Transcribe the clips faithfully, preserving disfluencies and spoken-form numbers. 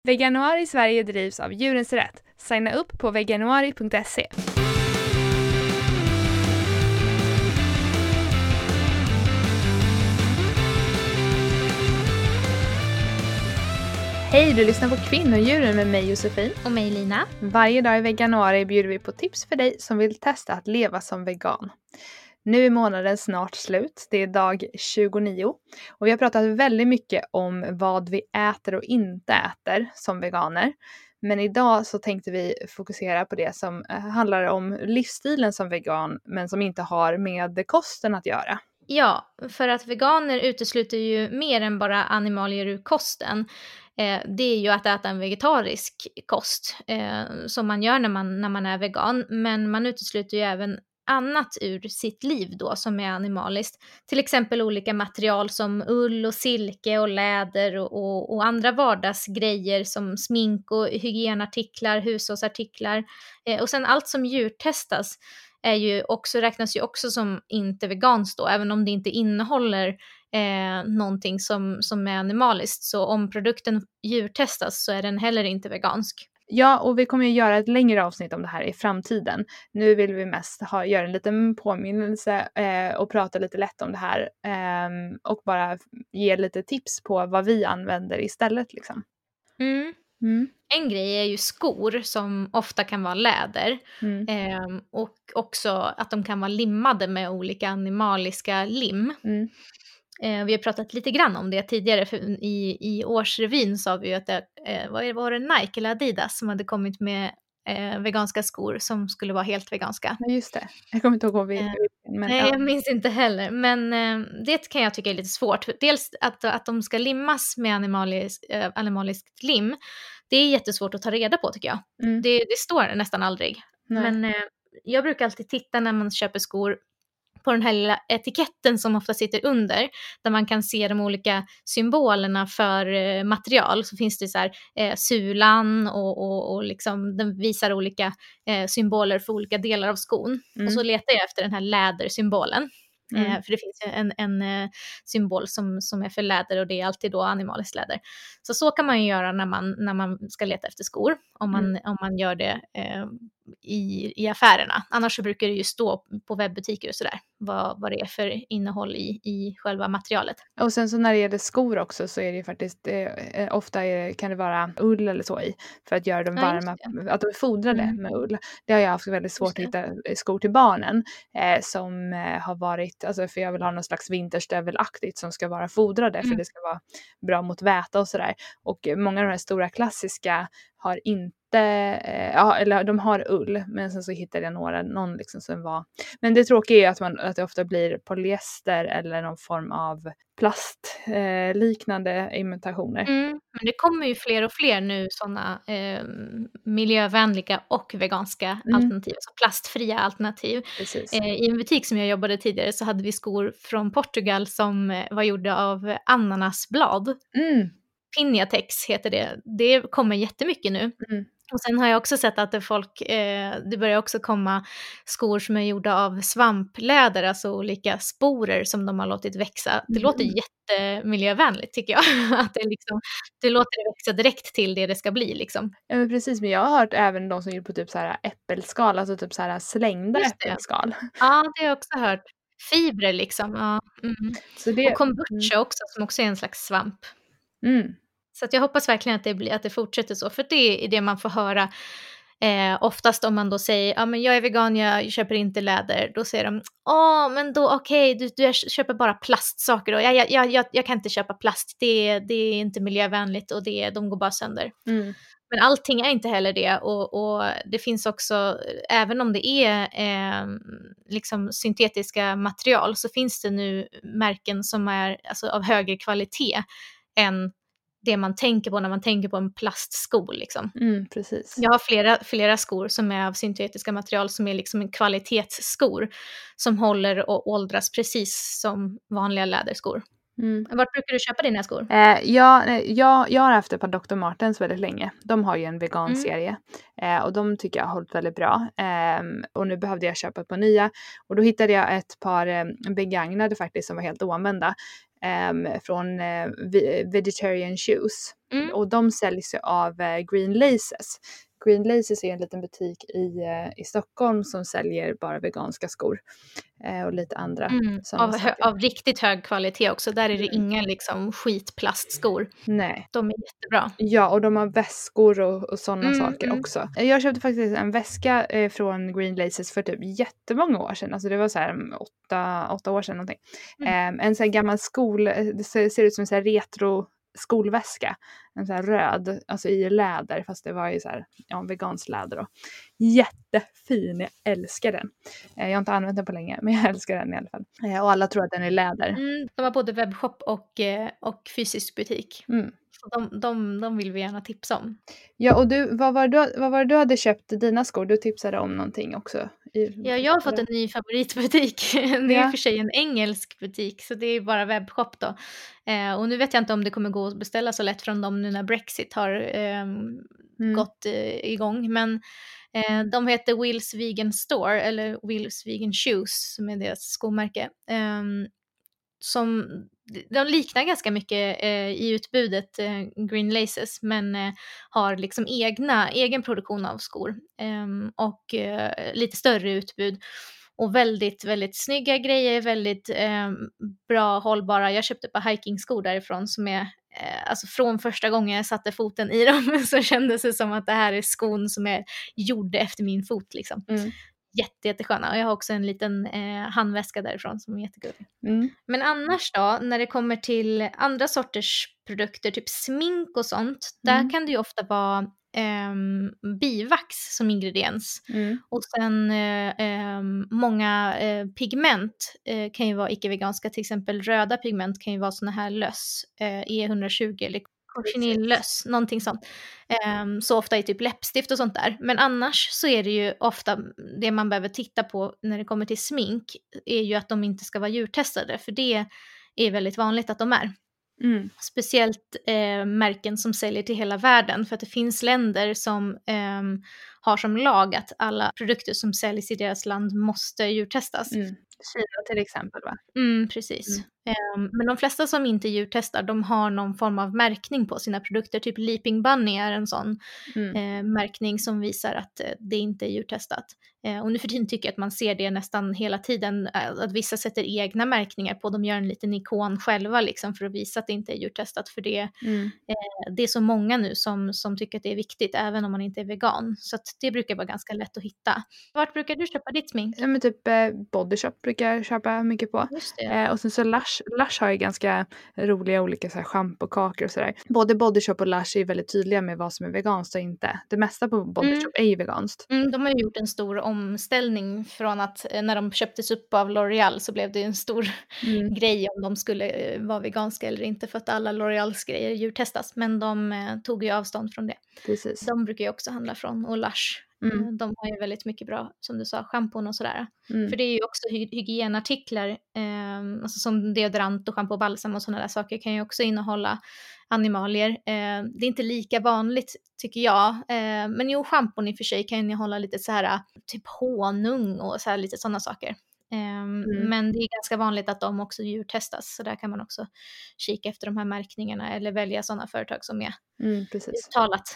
Veganuari Sverige drivs av Djurens Rätt. Signa upp på veganuari punkt se. Hej, du lyssnar på Kvinnodjuren med mig Josefin. Och mig Lina. Varje dag i Veganuari bjuder vi på tips för dig som vill testa att leva som vegan. Nu är månaden snart slut, det är dag tjugonio och vi har pratat väldigt mycket om vad vi äter och inte äter som veganer. Men idag så tänkte vi fokusera på det som handlar om livsstilen som vegan men som inte har med kosten att göra. Ja, för att veganer utesluter ju mer än bara animalier ur kosten. Eh, det är ju att äta en vegetarisk kost eh, som man gör när man, när man är vegan. Men man utesluter ju även annat ur sitt liv då som är animaliskt. Till exempel olika material som ull och silke och läder och, och, och andra vardagsgrejer som smink och hygienartiklar, hushållsartiklar. Eh, och sen allt som djurtestas är ju också, räknas ju också som inte veganskt då, även om det inte innehåller eh, någonting som, som är animaliskt. Så om produkten djurtestas så är den heller inte vegansk. Ja, och vi kommer ju göra ett längre avsnitt om det här i framtiden. Nu vill vi mest ha, göra en liten påminnelse eh, och prata lite lätt om det här. Eh, och bara ge lite tips på vad vi använder istället liksom. Mm. Mm. En grej är ju skor som ofta kan vara läder. Mm. Eh, och också att de kan vara limmade med olika animaliska lim. Mm. Eh, vi har pratat lite grann om det tidigare. För i, I årsrevyn sa vi ju att det eh, var, var det Nike eller Adidas som hade kommit med eh, veganska skor som skulle vara helt veganska. Ja, just det. Jag kommer inte ihåg vad vi... Eh, men, nej, ja. jag minns inte heller. Men eh, det kan jag tycka är lite svårt. Dels att, att de ska limmas med animalisk, eh, animaliskt lim. Det är jättesvårt att ta reda på tycker jag. Mm. Det, det står nästan aldrig. Nej. Men eh, jag brukar alltid titta när man köper skor på den här lilla etiketten som ofta sitter under, där man kan se de olika symbolerna för eh, material. Så finns det så här eh, sulan och, och, och liksom, den visar olika eh, symboler för olika delar av skon. Mm. Och så letar jag efter den här lädersymbolen. Mm. Eh, för det finns ju en, en eh, symbol som, som är för läder och det är alltid då animaliskt läder. Så så kan man ju göra när man, när man ska leta efter skor, om man, Mm. om man gör det eh, i, i affärerna. Annars så brukar det ju stå på webbutiker och sådär vad, vad det är för innehåll i, i själva materialet. Och sen så när det gäller skor också så är det ju faktiskt eh, ofta är, kan det vara ull eller så i för att göra dem Ja, just varma, att de är fodrade Mm. med ull. Det har jag haft väldigt svårt att hitta skor till barnen eh, som eh, har varit, alltså för jag vill ha någon slags vinterstövelaktigt som ska vara fodrade Mm. för det ska vara bra mot väta och sådär. Och många av de här stora klassiska har inte, eh, ja, eller de har ull, men sen så hittade jag några, någon liksom som var, men det tråkiga är att, man, att det ofta blir polyester eller någon form av plastliknande eh, liknande imitationer. Mm, men det kommer ju fler och fler nu sådana eh, miljövänliga och veganska Mm. alternativ, alltså plastfria alternativ. Precis. Eh, I en butik som jag jobbade tidigare så hade vi skor från Portugal som eh, var gjorda av ananasblad. Mm. Pinatex heter det. Det kommer jättemycket nu. Mm. Och sen har jag också sett att det, folk, eh, det börjar också komma skor som är gjorda av svampläder, alltså olika sporer som de har låtit växa. Det Mm. låter jättemiljövänligt tycker jag. Att det, liksom, det låter det växa direkt till det det ska bli. Liksom. Ja, men precis, men jag har hört även de som gjorde på typ så här äppelskal, alltså typ så här slängda Just det. äppelskal. Ja, det har jag också hört. Fibrer liksom. Ja. Mm. Så det, Och kombucha också, som också är en slags svamp. mm. Så att jag hoppas verkligen att det, blir, att det fortsätter så. För det är det man får höra eh, oftast om man då säger ja men jag är vegan, jag köper inte läder. Då säger de, åh men då okej, okay, du, du köper bara plastsaker. Och jag, jag, jag, jag, jag kan inte köpa plast, det, det är inte miljövänligt och det, de går bara sönder. Mm. Men allting är inte heller det. Och, och det finns också, även om det är eh, liksom syntetiska material, så finns det nu märken som är alltså, av högre kvalitet än det man tänker på när man tänker på en plastsko. Liksom. Mm, precis. Jag har flera, flera skor som är av syntetiska material som är liksom en kvalitetsskor som håller och åldras precis som vanliga läderskor. Mm. Vart brukar du köpa dina skor? Eh, ja, jag, jag har haft ett par doktor Martens väldigt länge. De har ju en veganserie. Mm. Eh, och de tycker jag har hållit väldigt bra. Eh, och nu behövde jag köpa på nya. Och då hittade jag ett par eh, begagnade faktiskt som var helt oanvända. Eh, från eh, Vegetarian Shoes. Mm. Och de säljs ju av eh, Green Laces. Green Laces är en liten butik i, eh, i Stockholm som säljer bara veganska skor. Eh, och lite andra Mm. sådana Av, hö- saker. av riktigt hög kvalitet också. Där är det Mm. inga liksom skitplastskor. Nej. De är jättebra. Ja, och de har väskor och, och sådana Mm, saker mm. också. Jag köpte faktiskt en väska eh, från Green Laces för typ jättemånga år sedan. Alltså det var så här mm, åtta, åtta år sedan någonting. Mm. Eh, en sån här gammal skol, det ser, ser ut som en sån här retro skolväska. En sån här röd, alltså i läder, fast det var ju så här, ja, veganskt läder då. Jättefin, jag älskar den. Eh, jag har inte använt den på länge, men jag älskar den i alla fall. Eh, och alla tror att den är läder. Mm, de har både webbshop och, eh, och fysisk butik. Mm. Så de, de, de vill vi gärna tipsa om. Ja, och du, vad var det du, vad var det du hade köpt dina skor? Du tipsade om någonting också. I, Ja, jag har fått en ny favoritbutik. Det är i Ja. och för sig en engelsk butik, så det är bara webbshop då. Eh, och nu vet jag inte om det kommer gå att beställa så lätt från dem nu när Brexit har eh, Mm. gått eh, igång. Men eh, de heter Will's Vegan Store, eller Will's Vegan Shoes, som är deras skomärke. Eh, som, de liknar ganska mycket eh, i utbudet eh, Green Laces, men eh, har liksom egna, egen produktion av skor eh, och eh, lite större utbud. Och väldigt, väldigt snygga grejer, väldigt eh, bra, hållbara. Jag köpte ett par hikingskor därifrån som är, eh, alltså från första gången jag satte foten i dem så kändes det som att det här är skon som är gjord efter min fot liksom. Mm. Jätte, jättesköna. Och jag har också en liten eh, handväska därifrån som är jättegullig. Mm. Men annars då, när det kommer till andra sorters produkter, typ smink och sånt, där Mm. kan det ju ofta vara ehm, bivax som ingrediens. Mm. Och sen eh, ehm, många eh, pigment eh, kan ju vara icke-veganska, till exempel röda pigment kan ju vara såna här löss, eh, E hundratjugo eller cochineal-löss, någonting sånt. Um, så ofta i typ läppstift och sånt där. Men annars så är det ju ofta det man behöver titta på när det kommer till smink är ju att de inte ska vara djurtestade, för det är väldigt vanligt att de är. Mm. Speciellt eh, märken som säljer till hela världen, för att det finns länder som eh, har som lag att alla produkter som säljs i deras land måste djurtestas. Mm. Kina till exempel, va? Mm, precis. Mm. Um, men de flesta som inte djurtestar, de har någon form av märkning på sina produkter. Typ Leaping Bunny är en sån Mm. eh, märkning som visar att eh, det inte är djurtestat. Eh, och nu för tiden tycker jag att man ser det nästan hela tiden, eh, att vissa sätter egna märkningar på, de gör en liten ikon själva liksom, för att visa att det inte är djurtestat. För det, Mm. eh, det är så många nu som, som tycker att det är viktigt, även om man inte är vegan. Så att det brukar vara ganska lätt att hitta. Vart brukar du köpa ditt smink? Ja, men typ eh, Body Shop brukar jag köpa mycket på. Just det. Eh, och sen så Lush, Lush har ju ganska roliga olika så här schampokakor och sådär. Både Body Shop och Lush är väldigt tydliga med vad som är veganskt och inte. Det mesta på Body Mm. Shop är ju veganskt. Mm, de har ju gjort en stor omställning från att eh, när de köptes upp av L'Oreal så blev det en stor Mm. grej om de skulle eh, vara veganska eller inte, för att alla L'Oreals grejer djurtestas. Men de eh, tog ju avstånd från det. Precis. De brukar ju också handla från, och Lush. Mm. Eh, De har ju väldigt mycket bra, som du sa, schampon och sådär. Mm. För det är ju också hy- hygienartiklar, eh, alltså som deodorant och schampo och balsam och sådana där saker kan ju också innehålla animalier. Eh, det är inte lika vanligt tycker jag, eh, men jo, schampon i och för sig kan innehålla lite så här typ honung och så här, lite sådana saker. Eh, Mm. Men det är ganska vanligt att de också djurtestas, så där kan man också kika efter de här märkningarna eller välja sådana företag som är Mm, precis. uttalat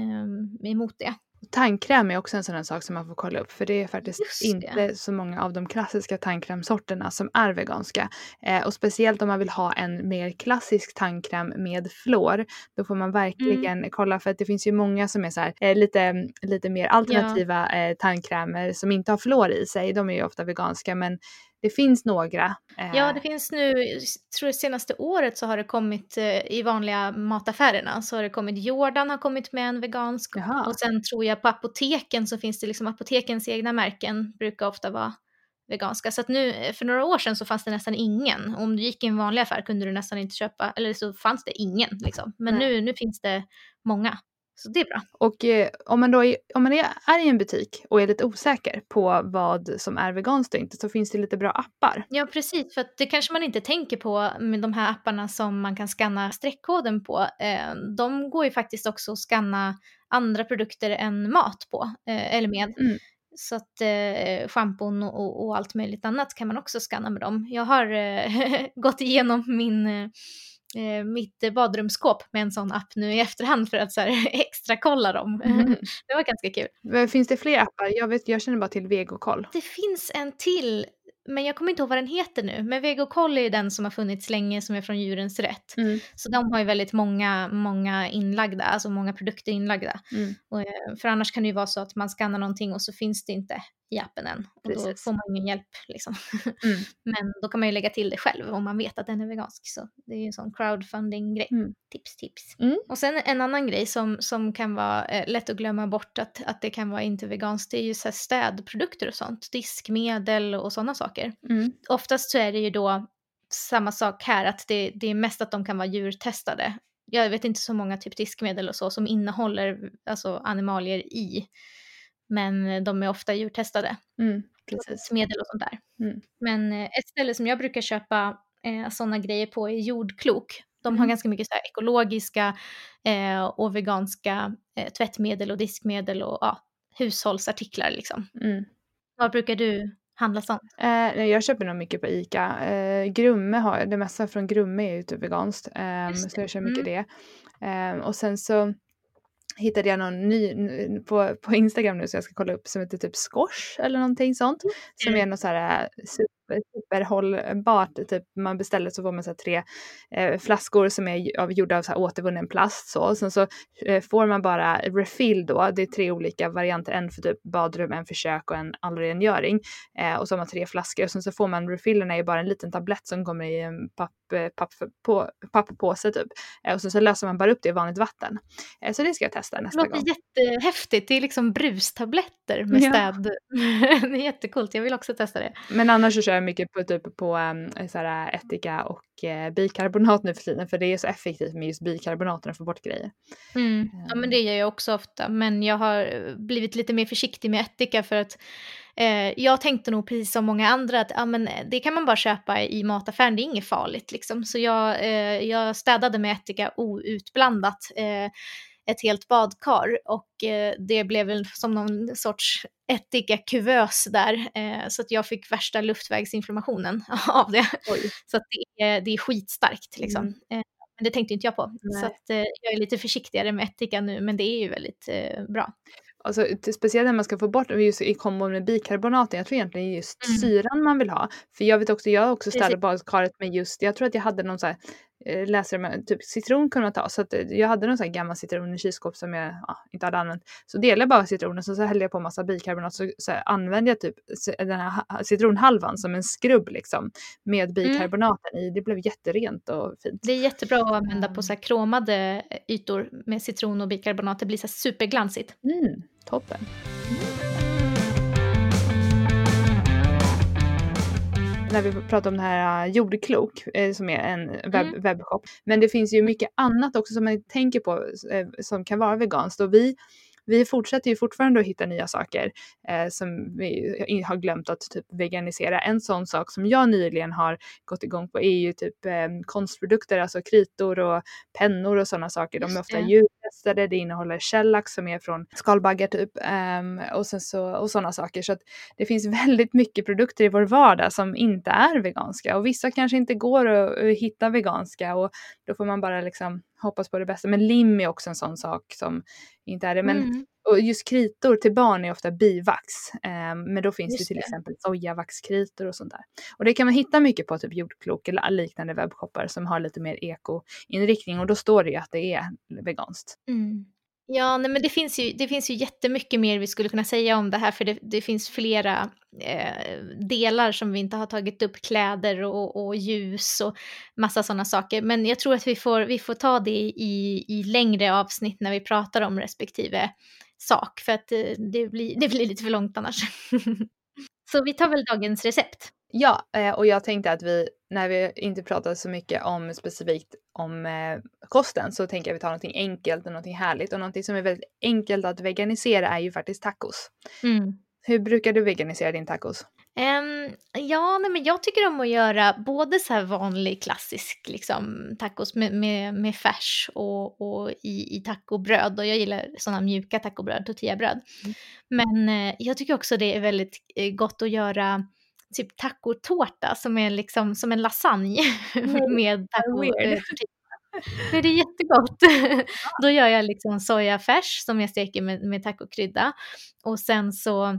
eh, emot det. Tandkräm är också en sån här sak som man får kolla upp, för det är faktiskt Just det. inte så många av de klassiska tandkrämsorterna som är veganska. Eh, och speciellt om man vill ha en mer klassisk tandkräm med fluor, då får man verkligen Mm. kolla, för att det finns ju många som är så här, eh, lite, lite mer alternativa eh, tandkrämer som inte har fluor i sig. De är ju ofta veganska, men det finns några. Eh, Ja, det finns nu, tror jag senaste året så har det kommit eh, i vanliga mataffärerna, så har det kommit, Jordan har kommit med en vegansk. Jaha. Och sen tror jag på apoteken så finns det liksom, apotekens egna märken brukar ofta vara veganska. Så att nu, för några år sedan så fanns det nästan ingen. Om du gick i en vanlig affär kunde du nästan inte köpa, eller så fanns det ingen liksom. Men Nej. nu, nu finns det många. Så det är bra. Och eh, om man då är, om man är, är i en butik och är lite osäker på vad som är veganskt och inte, så finns det lite bra appar. Ja, precis. För att det kanske man inte tänker på med de här apparna som man kan scanna streckkoden på. Eh, de går ju faktiskt också att scanna andra produkter än mat på, eh, eller med. Mm. Så att eh, schampon och, och allt möjligt annat kan man också scanna med dem. Jag har eh, gått igenom min, eh, mitt badrumsskåp med en sån app nu i efterhand för att så här, extra kolla dem. Mm. Det var ganska kul. Men finns det fler appar? Jag, vet, jag känner bara till Vegokoll. Det finns en till, men jag kommer inte ihåg vad den heter nu. Men Vegokoll är den som har funnits länge, som är från Djurens Rätt. Mm. Så de har ju väldigt många, många inlagda, alltså många produkter inlagda. Mm. Och, eh, för annars kan det ju vara så att man skannar någonting och så finns det inte i appen än. Och då Precis. får man ingen hjälp liksom. Mm. Men då kan man ju lägga till det själv om man vet att den är vegansk. Så det är ju en sån crowdfunding-grej. Mm. Tips, tips. Mm. Och sen en annan grej som, som kan vara eh, lätt att glömma bort att, att det kan vara inte veganskt, det är ju så här städprodukter och sånt. Diskmedel och sådana saker. Mm. Oftast så är det ju då samma sak här, att det, det är mest att de kan vara djurtestade. Jag vet inte så många typ diskmedel och så som innehåller alltså animalier i. Men de är ofta djurtestade. Mm. Precis. Medel och sånt där. Mm. Men eh, ett ställe som jag brukar köpa eh, sådana grejer på är Jordklok. De Mm. har ganska mycket så här ekologiska eh, och veganska eh, tvättmedel och diskmedel och ja, hushållsartiklar liksom. Mm. Vad brukar du handla sånt? Eh, nej, jag köper nog mycket på Ica. Eh, Grumme har jag, det mesta från Grumme är ju typ veganskt. Eh, Just så det. jag kör mycket Mm. det. Eh, och sen så hittade jag någon ny n- på, på Instagram nu, så jag ska kolla upp, som heter typ Squash eller någonting sånt. Som är något så här eh, super, superhållbart, typ man beställer så får man så här tre eh, flaskor som är ju- av, gjorda av så här återvunnen plast så. Och sen så eh, får man bara refill då, det är tre olika varianter, en för typ badrum, en för kök och en allrengöring. Eh, och så har man tre flaskor och sen så får man refillerna i bara en liten tablett som kommer i en papp, eh, papp, på, papppåse typ. Eh, och sen så löser man bara upp det i vanligt vatten. Eh, så det ska jag testa Det nästa låter gång. jättehäftigt. Det är liksom brustabletter med Ja. städ. Det är jättecoolt. Jag vill också testa det. Men annars så kör jag mycket på typ på um, så här ättika och eh, bikarbonat nu för tiden, för det är så effektivt med just bikarbonaten att få bort grejer. Mm. Ja, men det gör jag också ofta. Men jag har eh, blivit lite mer försiktig med ättika för att eh, jag tänkte nog precis som många andra att ah, men det kan man bara köpa i mataffären, det är inget farligt liksom. Så jag, eh, jag städade med ättika outblandat eh, ett helt badkar och eh, det blev väl som någon sorts ättika-kuvös där eh, så att jag fick värsta luftvägsinflammationen av det. Oj. Så att det är, det är skitstarkt liksom. Mm. Eh, men det tänkte inte jag på. Nej. Så att eh, jag är lite försiktigare med ättika nu, men det är ju väldigt eh, bra. Alltså, t- speciellt när man ska få bort just i kombo med bikarbonaten. Jag tror egentligen det är just Mm. syran man vill ha. För jag vet också, jag har också Precis. städat badkaret med just, jag tror att jag hade någon så här, eh, läser med typ citron kunde man ta. Så att eh, jag hade någon så här gammal citron i kylskåp som jag ja, inte hade använt. Så delade jag bara citronen, så, så hällde jag på massa bikarbonat. Så, så här, använde jag typ c- den här ha- citronhalvan som en skrubb liksom. Med bikarbonaten i. Det blev jätterent och fint. Det är jättebra att använda Mm. på så här kromade ytor med citron och bikarbonat. Det blir så här superglansigt. Mm, toppen. När vi pratar om det här uh, Jordklok eh, som är en webb, Mm. webbshop. Men det finns ju mycket annat också som man tänker på eh, som kan vara veganskt. Och vi, vi fortsätter ju fortfarande att hitta nya saker eh, som vi har glömt att typ veganisera. En sån sak som jag nyligen har gått igång på är ju typ eh, konstprodukter, alltså kritor och pennor och sådana saker. De är Just ofta det. djurtestade, det innehåller shellax som är från skalbaggar typ ehm, och, sen så, och sådana saker. Så att det finns väldigt mycket produkter i vår vardag som inte är veganska och vissa kanske inte går att, att hitta veganska och då får man bara liksom hoppas på det bästa. Men lim är också en sån sak som inte är det. Men Mm. och just kritor till barn är ofta bivax. Ehm, men då finns Just det till det. exempel sojavaxkritor och sånt där. Och det kan man hitta mycket på typ Jordklok eller liknande webbshoppar som har lite mer eko-inriktning. Och då står det ju att det är veganskt. Mm. Ja, nej, men det finns, ju, det finns ju jättemycket mer vi skulle kunna säga om det här, för det, det finns flera eh, delar som vi inte har tagit upp, kläder och, och ljus och massa sådana saker. Men jag tror att vi får, vi får ta det i, i längre avsnitt när vi pratar om respektive sak, för att eh, det, blir, det blir lite för långt annars. Så vi tar väl dagens recept. Ja, eh, och jag tänkte att vi, när vi inte pratar så mycket om specifikt om eh, kosten, så tänker jag att vi tar någonting enkelt och någonting härligt. Och någonting som är väldigt enkelt att veganisera är ju faktiskt tacos. Mm. Hur brukar du veganisera din tacos? Um, ja, nej, men jag tycker om att göra både så här vanlig klassisk liksom, tacos med, med, med färs och, och i, i tacobröd. Och jag gillar sådana mjuka tacobröd, tortillabröd. Mm. Men eh, jag tycker också det är väldigt eh, gott att göra typ tacotårta som är liksom som en lasagne Mm. med taco. Weird. Eh, Det är jättegott. Då gör jag liksom sojafärs som jag steker med, med tacokrydda. Och sen så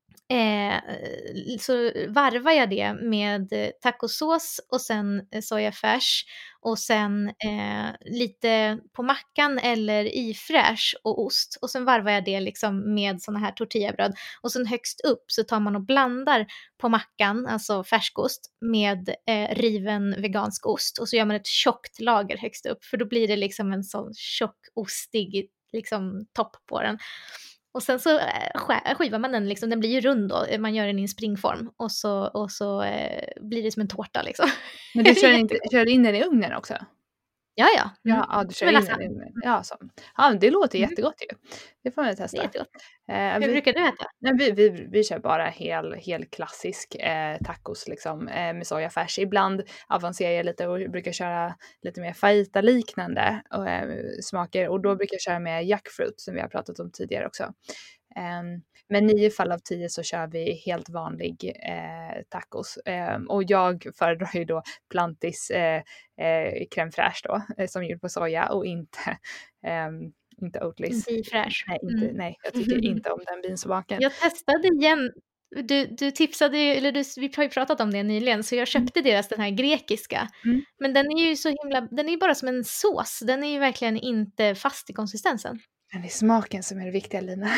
Eh, så varvar jag det med eh, tacosås och sen eh, sojafärs och sen eh, lite på mackan eller i fräsch och ost och sen varvar jag det liksom med såna här tortillabröd och sen högst upp så tar man och blandar på mackan, alltså färskost med eh, riven vegansk ost och så gör man ett tjockt lager högst upp för då blir det liksom en sån tjock ostig liksom topp på den. Och sen så eh, skivar man den, liksom, den blir ju rund då, man gör den i en springform och så, och så eh, blir det som en tårta liksom. Men du kör, inte, kör in den i ugnen också? Ja, ja. Mm. Ja, du kör in den i ugnen. Ja, så. Ja, det låter mm. jättegott ju. Det får man testa. Det är jättegott. Eh, Hur vi, brukar du äta? Nej, vi, vi, vi kör bara hel, hel klassisk eh, tacos liksom, eh, med sojafärs. Ibland avancerar jag lite och brukar köra lite mer fajita-liknande och, eh, smaker. Och då brukar jag köra med jackfruit som vi har pratat om tidigare också. Um, men nio fall av tio så kör vi helt vanlig eh, tacos. Um, och jag föredrar ju då Plantis eh, eh, crème fraîche då, eh, som är gjord på soja och inte, um, inte Oatly's. Inte fräsch. Nej, inte, mm. nej, jag tycker inte om den vinsmaken. Jag testade igen. Du, du tipsade ju, eller du, vi har ju pratat om det nyligen, så jag köpte mm. deras den här grekiska. Mm. Men den är ju så himla, den är ju bara som en sås. Den är ju verkligen inte fast i konsistensen. Men det är smaken som är det viktiga, Lina.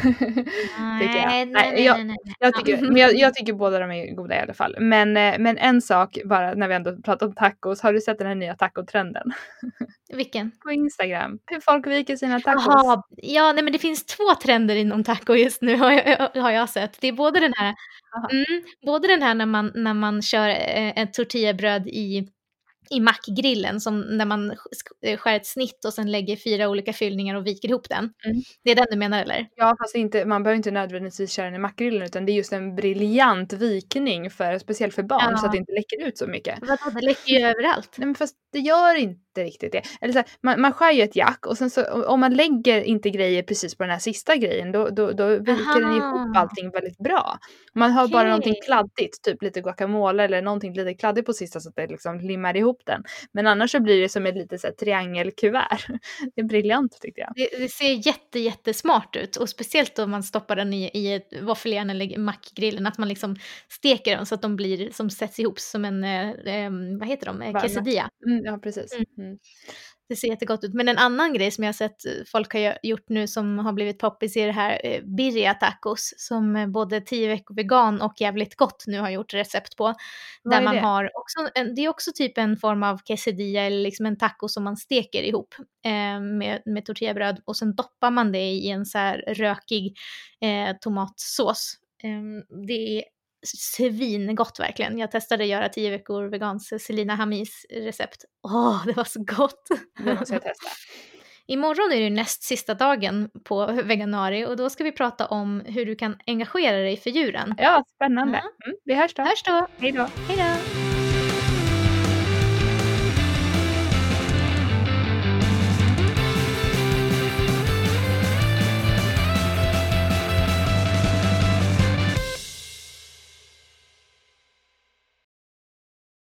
Nej, jag. Nej, nej, jag, nej, nej. Jag, tycker, men jag, jag tycker båda de är goda i alla fall. Men, men en sak bara när vi ändå pratar om tacos. Har du sett den här nya tacotrenden? Vilken? På Instagram. Hur folk viker sina tacos. Aha, ja, nej men det finns två trender inom taco just nu har jag, har jag sett. Det är både den här, mm, både den här när man, när man kör ett tortillabröd i i mackgrillen som när man skär ett snitt och sen lägger fyra olika fyllningar och viker ihop den. Mm. Det är den du menar, eller? Ja, fast inte, man behöver inte nödvändigtvis köra den i mackgrillen, utan det är just en briljant vikning för, speciellt för barn, ja. Så att det inte läcker ut så mycket. Vadå, det läcker ju överallt. Nej, men fast det gör inte riktigt det. Eller så här, man, man skär ju ett jack och sen så om man lägger inte grejer precis på den här sista grejen, då, då, då viker Aha. den ihop allting väldigt bra. Man har okay. bara någonting kladdigt, typ lite guacamole eller någonting lite kladdigt på sista så att det liksom limmar ihop den. Men annars så blir det som ett lite så här triangelkuvert. Det är briljant, tycker jag. Det, det ser jätte, jättesmart ut. Och speciellt om man stoppar den i, i ett våffeljärn eller mackgrillen. Att man liksom steker dem så att de blir som sätts ihop som en, eh, vad heter de? Eh, quesadilla. Mm, ja, precis. Mm. Mm. Det ser jättegott ut. Men en annan grej som jag har sett folk har gjort nu som har blivit poppis är det här eh, birria tacos. Som både tio veckor vegan och jävligt gott nu har gjort recept på. Vad där man det? har också, en, det är också typ en form av quesadilla eller liksom en taco som man steker ihop eh, med, med tortillabröd. Och sen doppar man det i en så här rökig eh, tomatsås. Eh, det är svingott verkligen. Jag testade att göra tio veckor vegans Selina Hamis recept. Åh, det var så gott. Det måste jag testa. Imorgon är det näst sista dagen på veganuari och då ska vi prata om hur du kan engagera dig för djuren. Ja, spännande. Mm. Mm, vi hörs då. Hörs då. Hej då. Hej då.